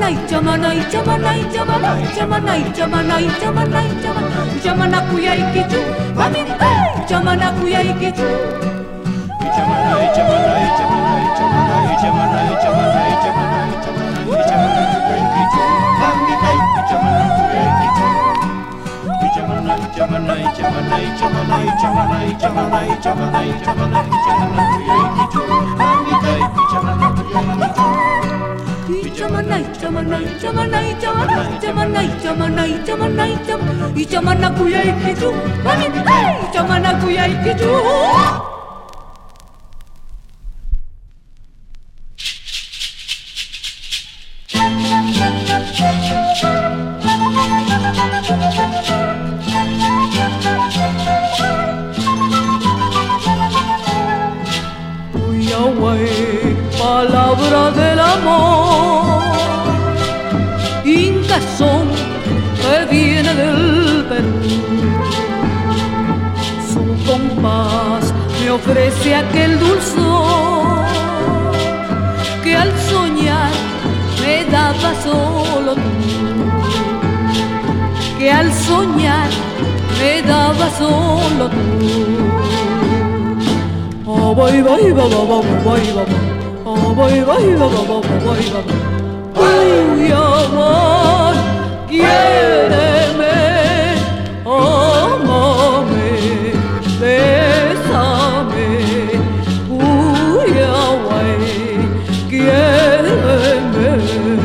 Chamanay, chamanay, chamanay, chamanay, chamanay, chamanay, chamanay, chamanay, chamanakuya ikichu, mami, hey, chamanakuya ikichu. Chamanay, chamanay, chamanay, chamanay, chamanay, chamanay, chamanay, chamanay, chamanakuya ikichu, mami, hey, chamanakuya ikichu. Chamanay, chamanay, chamanay, chamanay, chamanay, chamanay, chamanay, chamanay, chamanakuya ikichu, mami, hey, chamanakuya ikichu. Chamanay, chamanay, chamanay, chamanay, chamanay, chamanay, chamanay, chamanay, chamanakuya ikichu, mami, hey, chamanakuya ikichu. Yahweh, palabra del amor, Inca son que viene del Perú. Su compás me ofrece aquel dulzor que al soñar me daba solo tú, que al soñar me daba solo tú. Oh, voy, voy, voy, voy, voy, voy, oh, voy, voy, voy, voy, voy, uy, amor, quiéreme, amame, bésame, uy, away, quiéreme.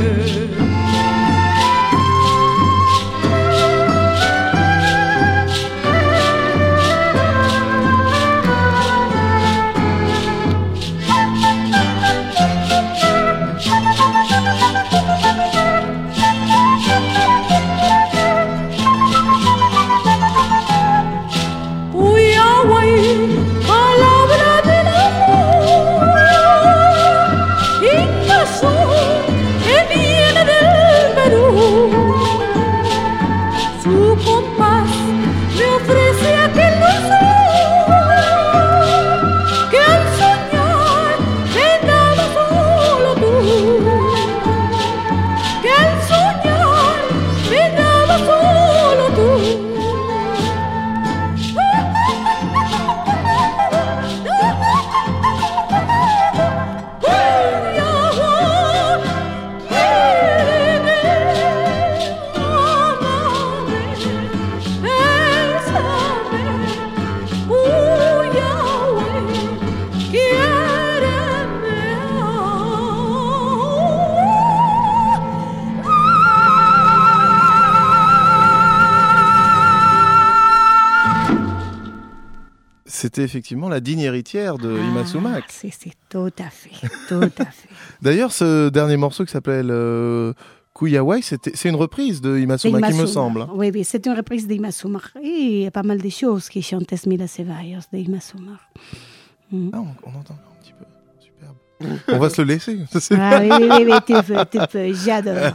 C'était effectivement la digne héritière de Ah, Yma Sumac. C'est, c'est tout à fait, tout à fait. D'ailleurs, ce dernier morceau qui s'appelle euh, Kuyawai, c'était, c'est une reprise de Yma Sumac, Yma il me Sumac. semble. Oui, oui, c'est une reprise d'Yma Sumac. Et il y a pas mal de choses qui chantent Esmila Ceballos de Yma Sumac. Mm. Ah, on, on entend un petit peu. Superbe. On va se le laisser. Ça, c'est Ah oui, oui, oui, oui, tu peux, tu peux, j'adore.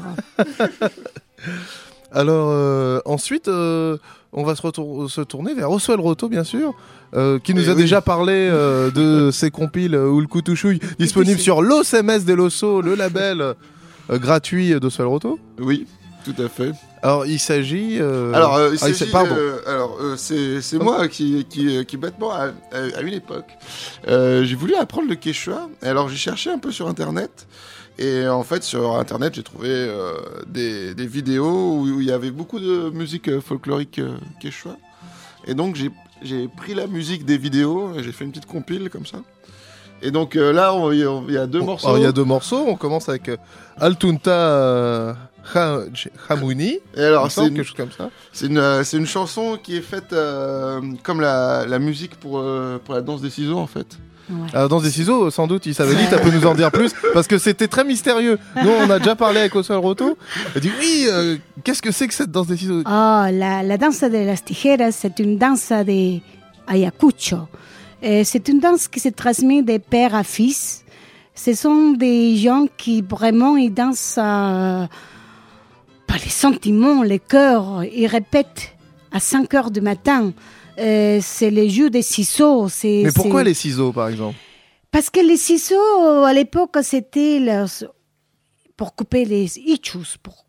Alors, euh, ensuite, euh, on va se, retour- se tourner vers Oswald Roto, bien sûr, euh, qui nous Eh a oui. déjà parlé euh, de ses compiles euh, Ulkutushui, disponibles sur l'O S M S del Oso, le label euh, gratuit d'Oswald Roto. Oui, tout à fait. Alors, il s'agit... euh, Alors, euh, il ah, il s'agit, s'agit- pardon. euh, alors euh, c'est, c'est moi qui, qui, qui bêtement, à, à, à une époque, euh, j'ai voulu apprendre le quechua. Et alors, j'ai cherché un peu sur Internet. Et en fait, sur Internet, j'ai trouvé euh, des, des vidéos où, où il y avait beaucoup de musique euh, folklorique euh, quechua. Et donc, j'ai, j'ai pris la musique des vidéos et j'ai fait une petite compile comme ça. Et donc euh, là, on- il y, y a deux Bon, morceaux. alors, il y a deux morceaux. On commence avec euh, Altunta euh, Ha- Hamuni. Et alors, il me c'est semble, une, quelque chose comme ça. c'est, une, euh, c'est une chanson qui est faite euh, comme la, la musique pour, euh, pour la danse des ciseaux, en fait. Ouais. Alors, dans des ciseaux, sans doute, il savait dit, tu peux nous en dire plus, parce que c'était très mystérieux. Nous, on a déjà parlé avec Oswald Roto. Il dit, oui, euh, qu'est-ce que c'est que cette danse des ciseaux? Oh, la, la danza de las tijeras, c'est une danse de Ayacucho. Euh, c'est une danse qui se transmet de père à fils. Ce sont des gens qui vraiment ils dansent euh, par les sentiments, le cœur. Ils répètent à cinq heures du matin. Euh, c'est le jeu des ciseaux. C'est, Mais pourquoi c'est... les ciseaux, par exemple? Parce que les ciseaux, à l'époque, c'était leurs... pour couper les ichus, pour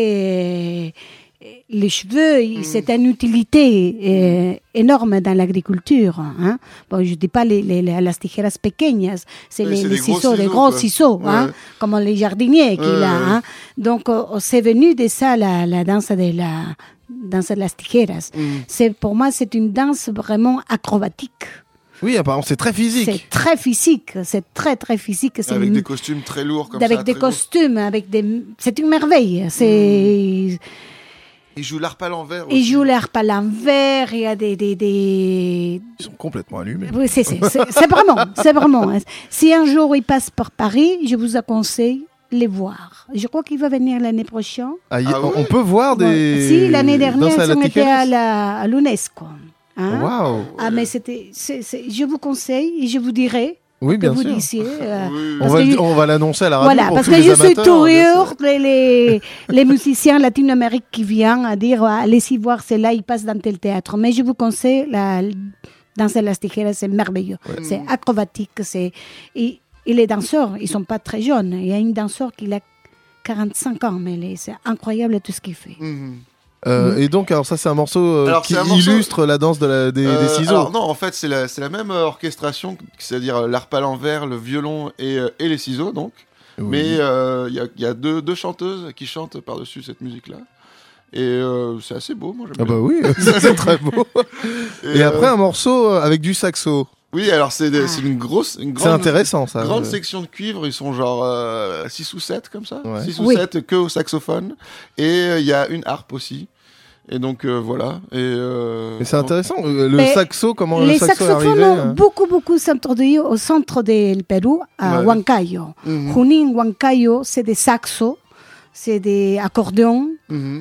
couper les cheveux, mm. c'est une utilité euh, énorme dans l'agriculture. Hein. Bon, je ne dis pas les, les, les, las tijeras pequeñas, c'est oui, les, c'est les ciseaux, ciseaux, les gros quoi. ciseaux, Ouais. hein, comme les jardiniers qu'il Ouais, a. ouais. Hein. Donc, euh, c'est venu de ça, la, la danse de la danse de las tijeras. Mm. C'est, pour moi, c'est une danse vraiment acrobatique. Oui, apparemment, c'est très physique. C'est très physique, c'est très, très physique. C'est Avec une- des costumes très lourds comme avec ça. des très lourds. costumes, avec des... C'est une merveille. C'est... Ils jouent l'arpe à l'envers. Ils aussi. jouent l'harpe à l'envers, il y a des... des, des... Ils sont complètement allumés. Oui, c'est, c'est, c'est, c'est vraiment, c'est vraiment. Si un jour ils passent par Paris, je vous conseille les voir. Je crois qu'il va venir l'année prochaine. Ah, y- Ah on- ouais on peut voir des. Si, l'année dernière, danses à ils la ont été tijeras. à, la, à l'UNESCO. Hein? Waouh. Ah, mais c'était... c'est, c'est, je vous conseille et je vous dirai Oui, que bien vous sûr. disiez... euh, Oui, oui. On parce va, que le- je- on va l'annoncer à la radio. Voilà, pour parce tous que les je suis amateurs, bien sûr. toujours les, les, les musiciens latino-américains qui viennent à dire ah, allez-y voir cela, ils passent dans tel théâtre. Mais je vous conseille, la danse de las tijeras, c'est merveilleux. C'est acrobatique. C'est... Et, et les danseurs, ils ne sont pas très jeunes. Il y a une danseur qui a quarante-cinq ans, mais les- c'est incroyable tout ce qu'il fait. Mhm. Euh, et donc, alors ça, c'est un morceau euh, Alors, qui c'est un morceau- illustre la danse de la, des, Euh, des ciseaux. alors non, en fait, c'est la, c'est la même euh, orchestration, c'est-à-dire euh, l'arpe à l'envers, le violon et, euh, et les ciseaux, donc. Oui. Mais euh, il y a, il y a deux, deux chanteuses qui chantent par-dessus cette musique-là. Et euh, c'est assez beau, moi j'aime Ah bien. bah oui, ça, c'est très beau. Et, euh, après, un morceau euh, avec du saxo. Oui, alors c'est, des- Ah. c'est une grosse, une C'est grande, intéressant, ça. grande Euh, section de cuivre. Ils sont genre six ou sept comme ça, Ouais. six ou Oui. sept que au saxophone. Et euh, il y a une harpe aussi. Et donc euh, voilà. Et euh, Mais c'est intéressant. euh, Le Mais saxo, comment les le saxo est saxophones arrivé ont euh beaucoup, beaucoup s'introduit au centre du Pérou, à Ouais. Huancayo. Mhm. Junín, Huancayo, c'est des saxos, c'est des accordéons. Mhm.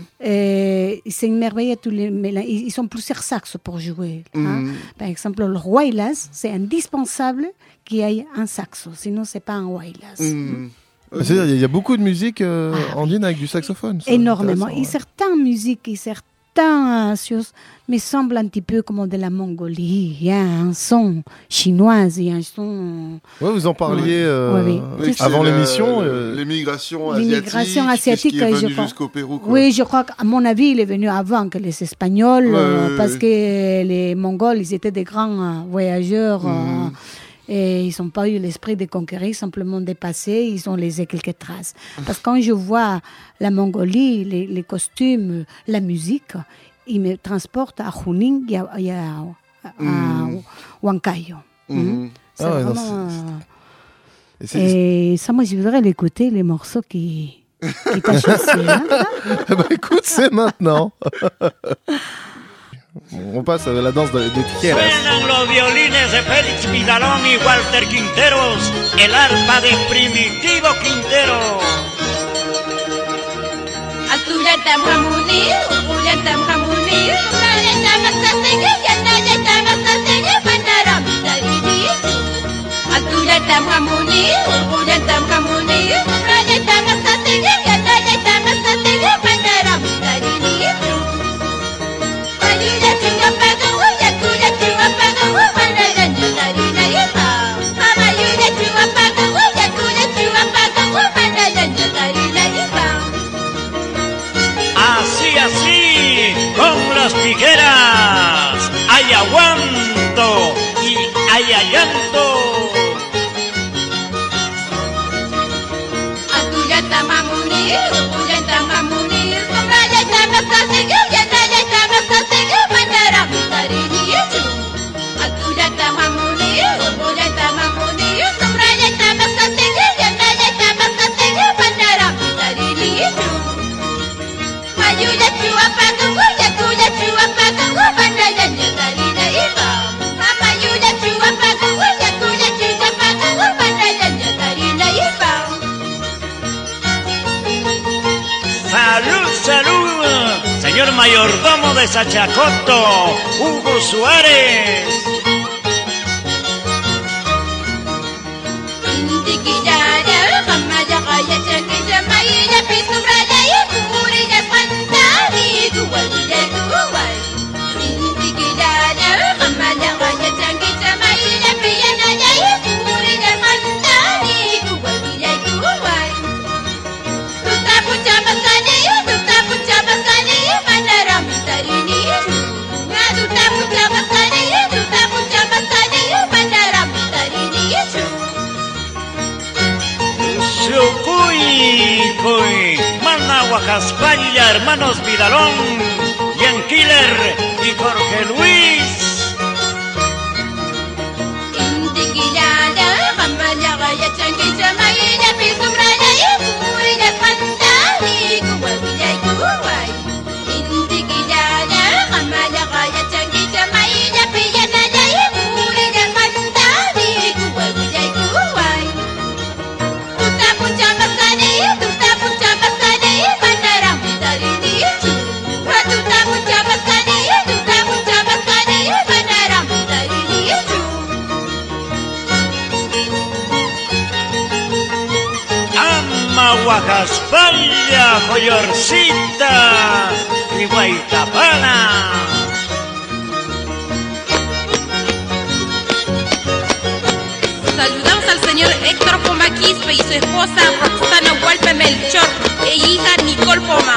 Et c'est une merveille, tous les mélanges. Ils ils ont plusieurs saxos pour jouer. hein. Mhm. Par exemple, le huaylas, c'est indispensable qu'il y ait un saxo, sinon c'est pas un huaylas. Mhm. C'est-à-dire, il y a beaucoup de musique euh, Ah, andine avec du saxophone. c'est Énormément. intéressant, Et ouais. certaines musiques et certaines choses me semblent un petit peu comme de la Mongolie. Il y a un son chinois, il y a un son... Ouais, vous en parliez euh, Ouais, oui. Oui, c'est avant la- l'émission. le- euh, L'immigration L'immigration asiatique, asiatique, qui est je venue crois. jusqu'au Pérou. Quoi. Oui, je crois qu'à mon avis, il est venu avant que les Espagnols, Ouais, euh, ouais, parce ouais. que les Mongols, ils étaient des grands euh, voyageurs. euh, Mhm. et ils n'ont pas eu l'esprit de conquérir, simplement de passer, ils ont laissé quelques traces. Parce que quand je vois la Mongolie, les, les costumes, la musique, ils me transportent à Junín et à, et à, à Mhm. Huancayo. Mhm. Mhm. C'est Ah ouais, non, vraiment, et c'est- euh, et ça, moi, je voudrais l'écouter, les morceaux qui, qui t'a choisi. Hein? bah écoute, c'est maintenant. On passe à la danse de- des tijeras. Suenan los violines de Félix Vidalón y Walter Quinteros, el arpa de Primitivo Quintero. Atuyatam hamuni, uyatam hamuni, uyatam masasege, yanayatam masasege, manaram tarini. Atuyatam hamuni, uyatam hamuni, uyatam masasege, yanayatam masasege, manaram tarini. Ayuda tunga pago, yakuya tunga pago, manaram tarini. Amayuda tunga pago, yakuya tunga pago, manaram tarini. Así, así, con las tijeras, hay aguanto y hay allanto. Atuyata mamuni, uyata mamuni, sombrayata masasege, yanayata masasege, manara tarini yetu. Atuyata mamuni, uyata mamuni, sombrayata masasege, yanayata masasege, manara tarini yetu. Ayuya chua pagungu, yakuya chua pagungu, manara tarini iba. Mama ayuya chua pagungu, yakuya chua pagungu, manara tarini iba. Salud, salud, señor mayordomo de Sachacoto, Hugo Suárez. Cuy, Cuy, Managua, Caspalla, hermanos Vidalón, Ian Killer y Jorge Luis. Guajaspalla, Joyorcita y Guaitapana. Saludamos al señor Héctor Poma Quispe y su esposa Roxana Hualpe Melchor e hija Nicole Poma.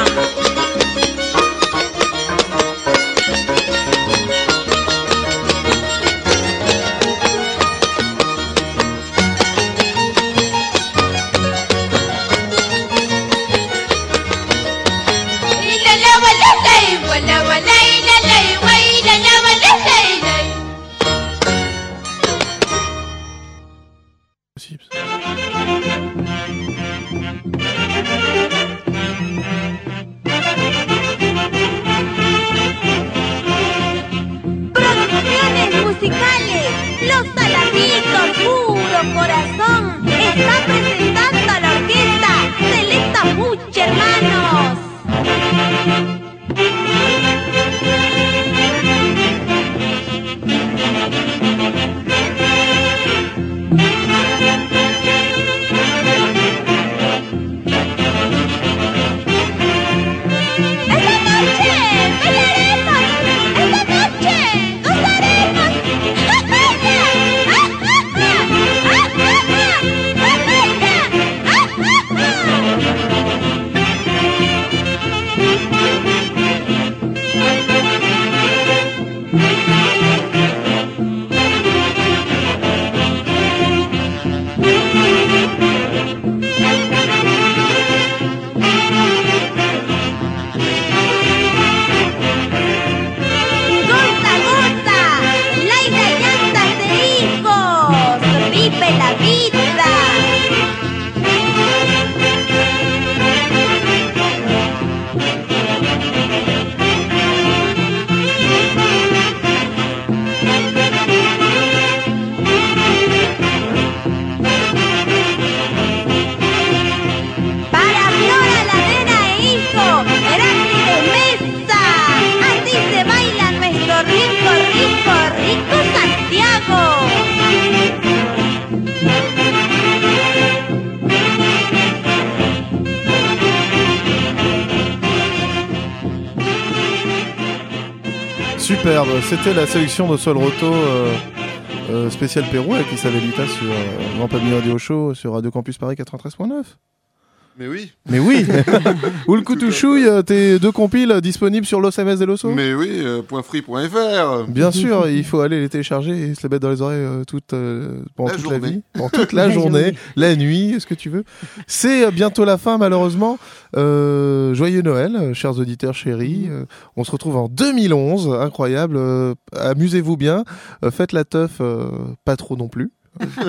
Superbe, c'était la sélection de Sol Roto euh, euh, spécial Pérou avec Isabelita sur euh, Grand Pamille Radio Show sur Radio Campus Paris quatre-vingt-treize point neuf. Mais oui. Mais oui. Ou le Kutuchouille, tes deux compiles disponibles sur Los M S de l'Osso. Mais oui, euh, .free.fr. Bien sûr, il faut aller les télécharger et se les mettre dans les oreilles euh, toute, euh, pendant La toute journée. la vie, pendant toute la, journée, la nuit, ce que tu veux. C'est bientôt la fin, malheureusement. Euh, joyeux Noël, euh, chers auditeurs chéris. Euh, on se retrouve en deux mille onze, incroyable. Euh, amusez-vous bien, euh, faites la teuf, euh, pas trop non plus.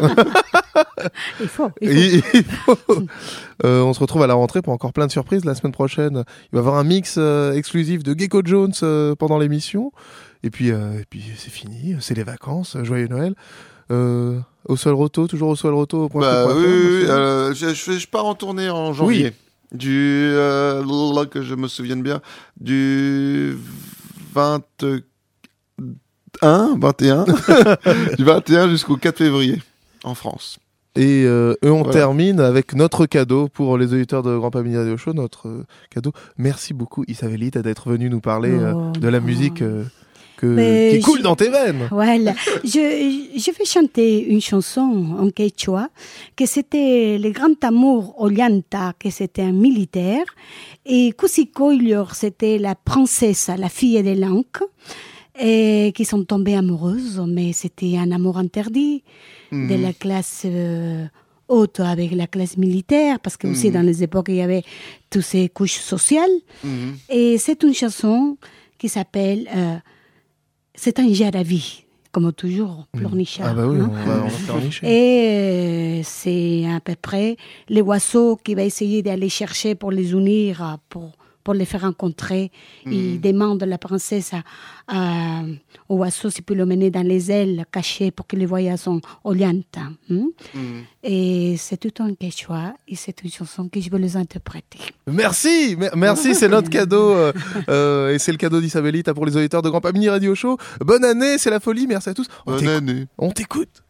Il faut. Il faut. Il, il faut. Euh, on se retrouve à la rentrée pour encore plein de surprises. La semaine prochaine, il va y avoir un mix euh, exclusif de Gecko Jones euh, pendant l'émission. Et puis, euh, et puis c'est fini, c'est les vacances. Joyeux Noël. Euh, au Sol Roto, toujours au Sol Roto. Au point Bah point oui, com, oui, oui, aussi. euh, je, je, je pars en tournée en janvier. Oui. Du, euh, là, que je me souvienne bien, du vingt et un, vingt et un, du vingt et un jusqu'au quatre février en France. Et, euh, et on Voilà. termine avec notre cadeau pour les auditeurs de Grand Pamille Radio Show. Notre euh, cadeau. Merci beaucoup Isabelita d'être venue nous parler euh, Oh, de la non. musique euh, que, Mais qui coule je- dans tes veines. Voilà. Je, je vais chanter une chanson en quechua, que c'était Le Grand Amour Ollanta, que c'était un militaire, et Kusikoilior, c'était la princesse, la fille de l'Ankh, et qui sont tombées amoureuses, mais c'était un amour interdit, Mhm. de la classe euh, haute avec la classe militaire, parce que Mhm. aussi dans les époques, il y avait toutes ces couches sociales. Mhm. Et c'est une chanson qui s'appelle euh, C'est un jaravi, comme toujours, pleurnichard. Ah bah oui, hein. on va, on va pleurnicher. Et euh, c'est à peu près les oiseaux qui va essayer d'aller chercher pour les unir, euh, pour, pour les faire rencontrer. Mhm. Il demande la princesse à, à, au oiseau s'il peut le mener dans les ailes cachées pour que les voyages sont oliantes. Hein? Mhm. Et c'est tout en quechua et c'est une chanson que je veux les interpréter. Merci, mer- merci, c'est notre cadeau euh, euh, et c'est le cadeau d'Isabellita pour les auditeurs de Grand Pas Mini Radio Show. Bonne année, c'est la folie, merci à tous. On Bonne t'écoute. année. On t'écoute.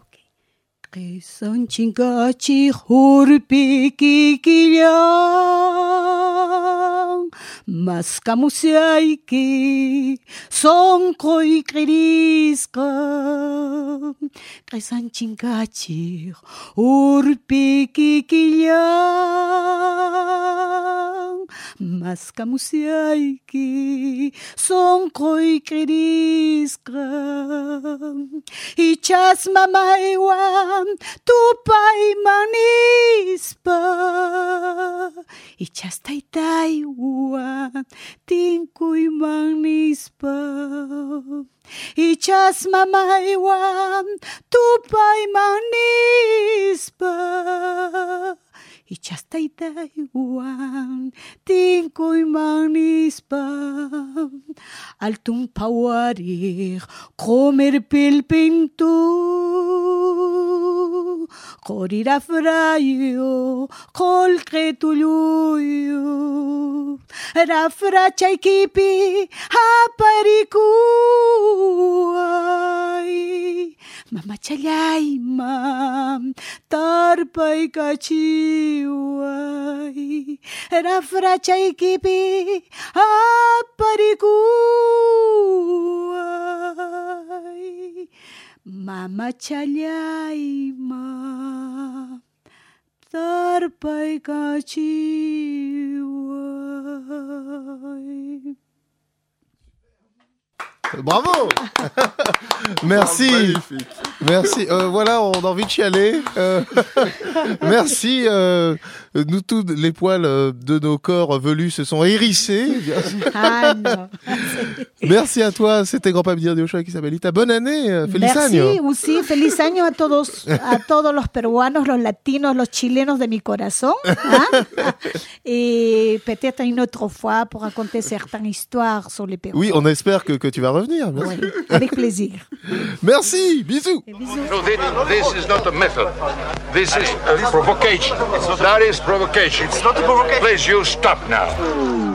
Son chingachi hurpi kikiliang mas kamusiaiki son koi kriska Kresan chingachi hurpi kikiliang mas kamusiaiki son koi kriska Ichas mamaiwan tupai manispa Ichas taitaiwan tinkui manispa Ichas mamaiwan tupai manispa Ichas taitaiwan tinkui manispa Altum pawarir Kromer pilpintu Korira frayo Kol kretuluyo Rafra chaikipi Haparikuay Mama chalay mam Tarpay kachiway Rafra chaikipi Haparikuay Mama chalay mam Tarpay kachiway Bravo. Merci. Magnifique. Merci. Euh, voilà, on a envie de chialer. Euh, merci. Euh, nous tous, les poils euh, de nos corps velus se sont hérissés. Ah non. Merci à toi. C'était Grand Pas Mini Radio Show avec Isabellita. Bonne année. euh, Feliz Merci, año. aussi, feliz año a todos, a todos los peruanos, los latinos, los chilenos de mi corazón. Hein? Et peut-être une autre fois pour raconter certaines histoires sur les Pérou. Oui, on espère que, que tu vas revenir. Bien Oui, sûr. avec plaisir. Merci. Bisous. Et bisous. No, this, this is not a method. This is a provocation. That is provocation. It's not a provocation. Please, you stop now.